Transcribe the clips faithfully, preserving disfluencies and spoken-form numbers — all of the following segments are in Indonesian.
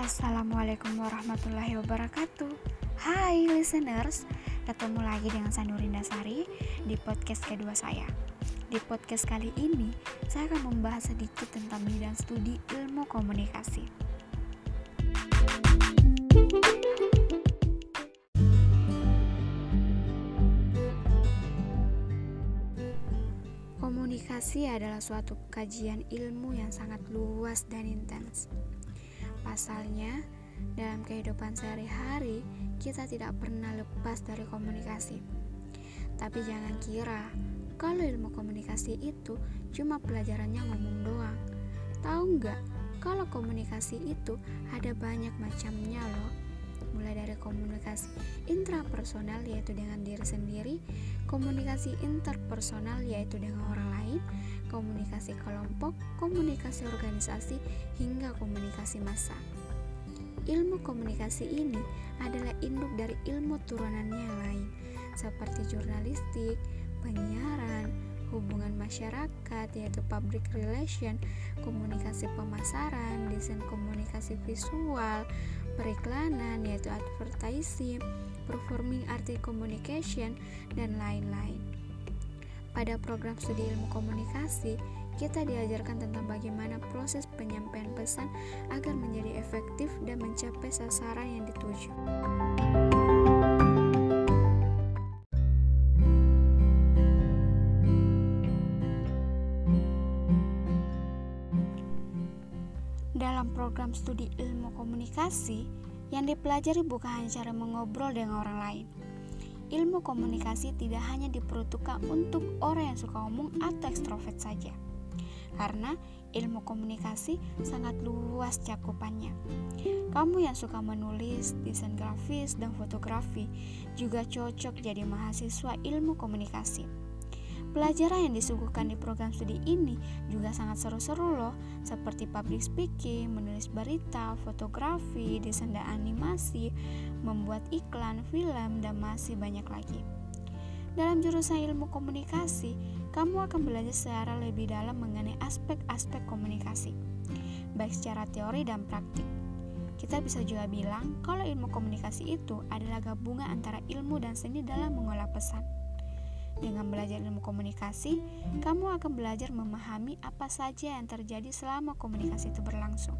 Assalamualaikum warahmatullahi wabarakatuh. Hai listeners, ketemu lagi dengan saya Nurinda Sari di podcast kedua saya. Di podcast kali ini, saya akan membahas sedikit tentang bidang studi ilmu komunikasi. Komunikasi adalah suatu kajian ilmu yang sangat luas dan intens. Pasalnya, dalam kehidupan sehari-hari, kita tidak pernah lepas dari komunikasi. Tapi jangan kira, kalau ilmu komunikasi itu cuma pelajarannya ngomong doang. Tahu nggak, kalau komunikasi itu ada banyak macamnya loh. Mulai dari komunikasi intrapersonal yaitu dengan diri sendiri, komunikasi interpersonal yaitu dengan orang lain, komunikasi kelompok, komunikasi organisasi, hingga komunikasi massa. Ilmu komunikasi ini adalah induk dari ilmu turunannya yang lain, seperti jurnalistik, penyiaran, hubungan masyarakat yaitu public relation, komunikasi pemasaran, desain komunikasi visual, periklanan yaitu advertising, performing arts communication, dan lain-lain. Pada program studi ilmu komunikasi, kita diajarkan tentang bagaimana proses penyampaian pesan agar menjadi efektif dan mencapai sasaran yang dituju. Dalam program studi ilmu komunikasi, yang dipelajari bukan hanya cara mengobrol dengan orang lain. Ilmu komunikasi tidak hanya diperuntukkan untuk orang yang suka ngomong atau ekstrovert saja. Karena ilmu komunikasi sangat luas cakupannya. Kamu yang suka menulis, desain grafis, dan fotografi juga cocok jadi mahasiswa ilmu komunikasi. Pelajaran yang disuguhkan di program studi ini juga sangat seru-seru loh, seperti public speaking, menulis berita, fotografi, desain dan animasi, membuat iklan, film, dan masih banyak lagi. Dalam jurusan ilmu komunikasi, kamu akan belajar secara lebih dalam mengenai aspek-aspek komunikasi, baik secara teori dan praktik. Kita bisa juga bilang kalau ilmu komunikasi itu adalah gabungan antara ilmu dan seni dalam mengolah pesan. Dengan belajar ilmu komunikasi, kamu akan belajar memahami apa saja yang terjadi selama komunikasi itu berlangsung.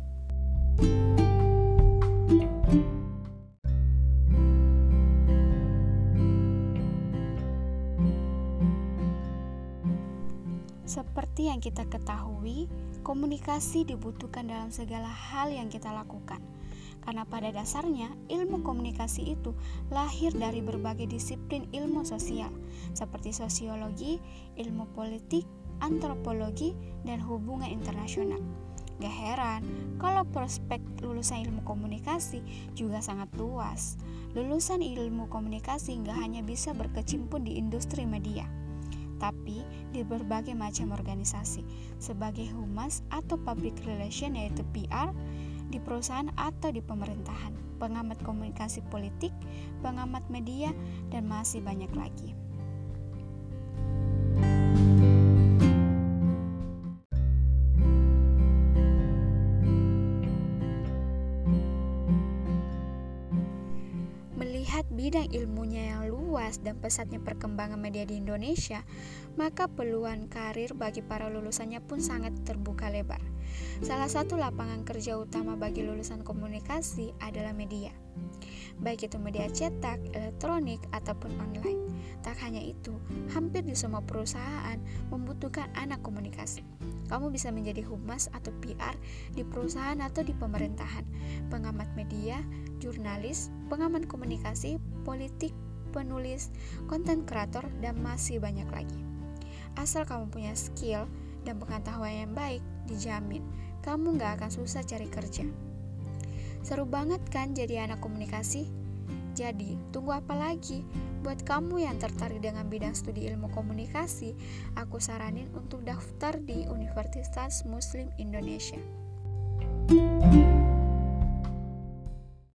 Seperti yang kita ketahui, komunikasi dibutuhkan dalam segala hal yang kita lakukan. Karena pada dasarnya, ilmu komunikasi itu lahir dari berbagai disiplin ilmu sosial, seperti sosiologi, ilmu politik, antropologi, dan hubungan internasional. Gak heran kalau prospek lulusan ilmu komunikasi juga sangat luas. Lulusan ilmu komunikasi gak hanya bisa berkecimpung di industri media, tapi di berbagai macam organisasi, sebagai humas atau public relation yaitu P R, di perusahaan atau di pemerintahan, pengamat komunikasi politik, pengamat media, dan masih banyak lagi. Melihat bidang ilmunya yang luas dan pesatnya perkembangan media di Indonesia, maka peluang karir bagi para lulusannya pun sangat terbuka lebar. Salah satu lapangan kerja utama bagi lulusan komunikasi adalah media, baik itu media cetak, elektronik, ataupun online. Tak hanya itu, hampir di semua perusahaan membutuhkan anak komunikasi. Kamu bisa menjadi humas atau P R di perusahaan atau di pemerintahan, pengamat media, jurnalis, pengamat komunikasi, politik, penulis, konten kreator, dan masih banyak lagi. Asal kamu punya skill dan pengetahuan yang baik, dijamin kamu gak akan susah cari kerja. Seru banget kan jadi anak komunikasi? Jadi, tunggu apa lagi? Buat kamu yang tertarik dengan bidang studi ilmu komunikasi, aku saranin untuk daftar di Universitas Muslim Indonesia.